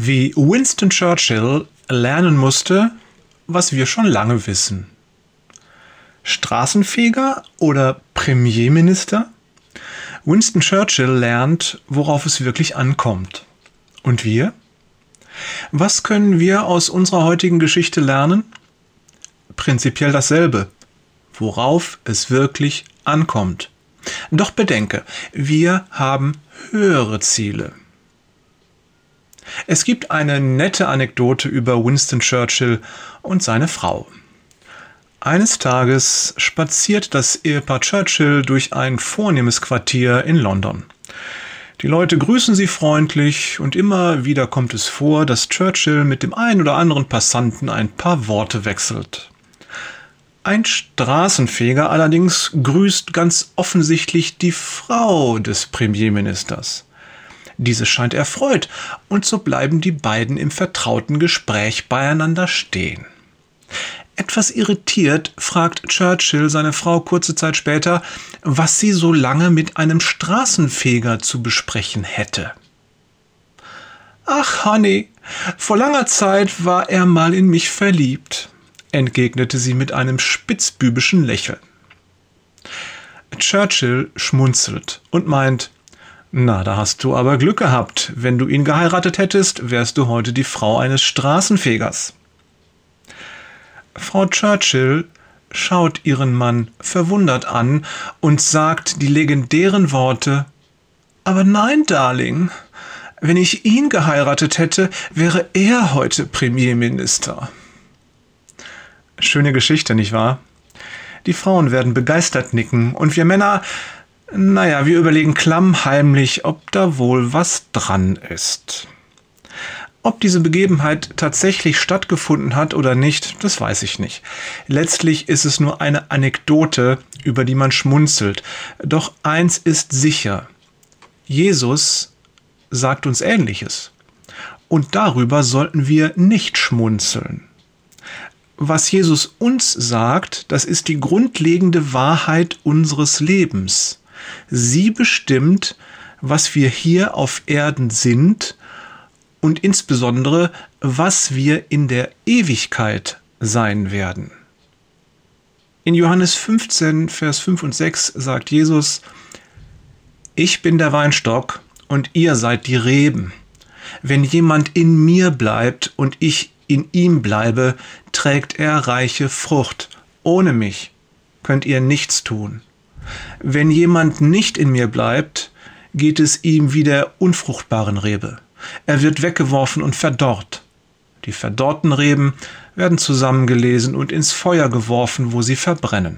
Wie Winston Churchill lernen musste, was wir schon lange wissen. Straßenfeger oder Premierminister? Winston Churchill lernt, worauf es wirklich ankommt. Und wir? Was können wir aus unserer heutigen Geschichte lernen? Prinzipiell dasselbe, worauf es wirklich ankommt. Doch bedenke, wir haben höhere Ziele. Es gibt eine nette Anekdote über Winston Churchill und seine Frau. Eines Tages spaziert das Ehepaar Churchill durch ein vornehmes Quartier in London. Die Leute grüßen sie freundlich und immer wieder kommt es vor, dass Churchill mit dem einen oder anderen Passanten ein paar Worte wechselt. Ein Straßenfeger allerdings grüßt ganz offensichtlich die Frau des Premierministers. Diese scheint erfreut und so bleiben die beiden im vertrauten Gespräch beieinander stehen. Etwas irritiert fragt Churchill seine Frau kurze Zeit später, was sie so lange mit einem Straßenfeger zu besprechen hätte. »Ach, Honey, vor langer Zeit war er mal in mich verliebt«, entgegnete sie mit einem spitzbübischen Lächeln. Churchill schmunzelt und meint, »Na, da hast du aber Glück gehabt. Wenn du ihn geheiratet hättest, wärst du heute die Frau eines Straßenfegers.« Frau Churchill schaut ihren Mann verwundert an und sagt die legendären Worte, »Aber nein, Darling, wenn ich ihn geheiratet hätte, wäre er heute Premierminister.« Schöne Geschichte, nicht wahr? Die Frauen werden begeistert nicken und wir Männer, wir überlegen klammheimlich, ob da wohl was dran ist. Ob diese Begebenheit tatsächlich stattgefunden hat oder nicht, das weiß ich nicht. Letztlich ist es nur eine Anekdote, über die man schmunzelt. Doch eins ist sicher: Jesus sagt uns Ähnliches. Und darüber sollten wir nicht schmunzeln. Was Jesus uns sagt, das ist die grundlegende Wahrheit unseres Lebens. Sie bestimmt, was wir hier auf Erden sind und insbesondere, was wir in der Ewigkeit sein werden. In Johannes 15, Vers 5 und 6 sagt Jesus, »Ich bin der Weinstock und ihr seid die Reben. Wenn jemand in mir bleibt und ich in ihm bleibe, trägt er reiche Frucht. Ohne mich könnt ihr nichts tun. Wenn jemand nicht in mir bleibt, geht es ihm wie der unfruchtbaren Rebe. Er wird weggeworfen und verdorrt. Die verdorrten Reben werden zusammengelesen und ins Feuer geworfen, wo sie verbrennen.«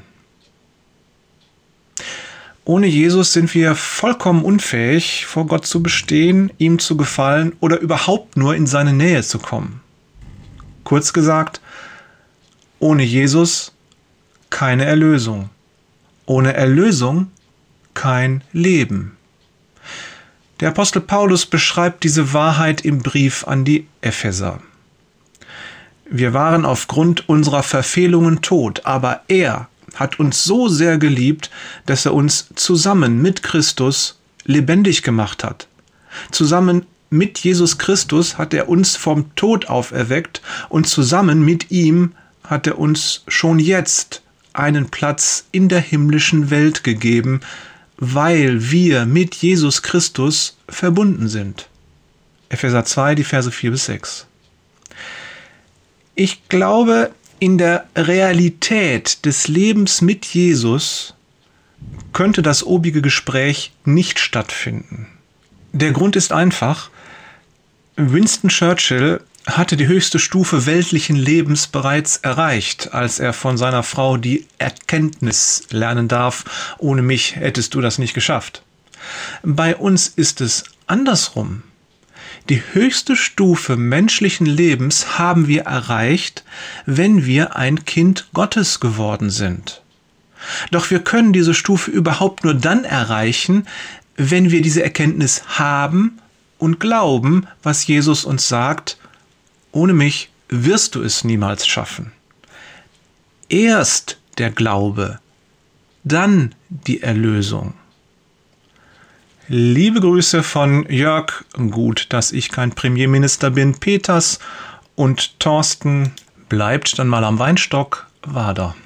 Ohne Jesus sind wir vollkommen unfähig, vor Gott zu bestehen, ihm zu gefallen oder überhaupt nur in seine Nähe zu kommen. Kurz gesagt, ohne Jesus keine Erlösung. Ohne Erlösung kein Leben. Der Apostel Paulus beschreibt diese Wahrheit im Brief an die Epheser. Wir waren aufgrund unserer Verfehlungen tot, aber er hat uns so sehr geliebt, dass er uns zusammen mit Christus lebendig gemacht hat. Zusammen mit Jesus Christus hat er uns vom Tod auferweckt und zusammen mit ihm hat er uns schon jetzt einen Platz in der himmlischen Welt gegeben, weil wir mit Jesus Christus verbunden sind. Epheser 2, die Verse 4 bis 6. Ich glaube, in der Realität des Lebens mit Jesus könnte das obige Gespräch nicht stattfinden. Der Grund ist einfach: Winston Churchill hatte die höchste Stufe weltlichen Lebens bereits erreicht, als er von seiner Frau die Erkenntnis lernen darf, ohne mich hättest du das nicht geschafft. Bei uns ist es andersrum. Die höchste Stufe menschlichen Lebens haben wir erreicht, wenn wir ein Kind Gottes geworden sind. Doch wir können diese Stufe überhaupt nur dann erreichen, wenn wir diese Erkenntnis haben und glauben, was Jesus uns sagt: Ohne mich wirst du es niemals schaffen. Erst der Glaube, dann die Erlösung. Liebe Grüße von Jörg, gut, dass ich kein Premierminister bin, Peters und Thorsten. Bleibt dann mal am Weinstock, Wader.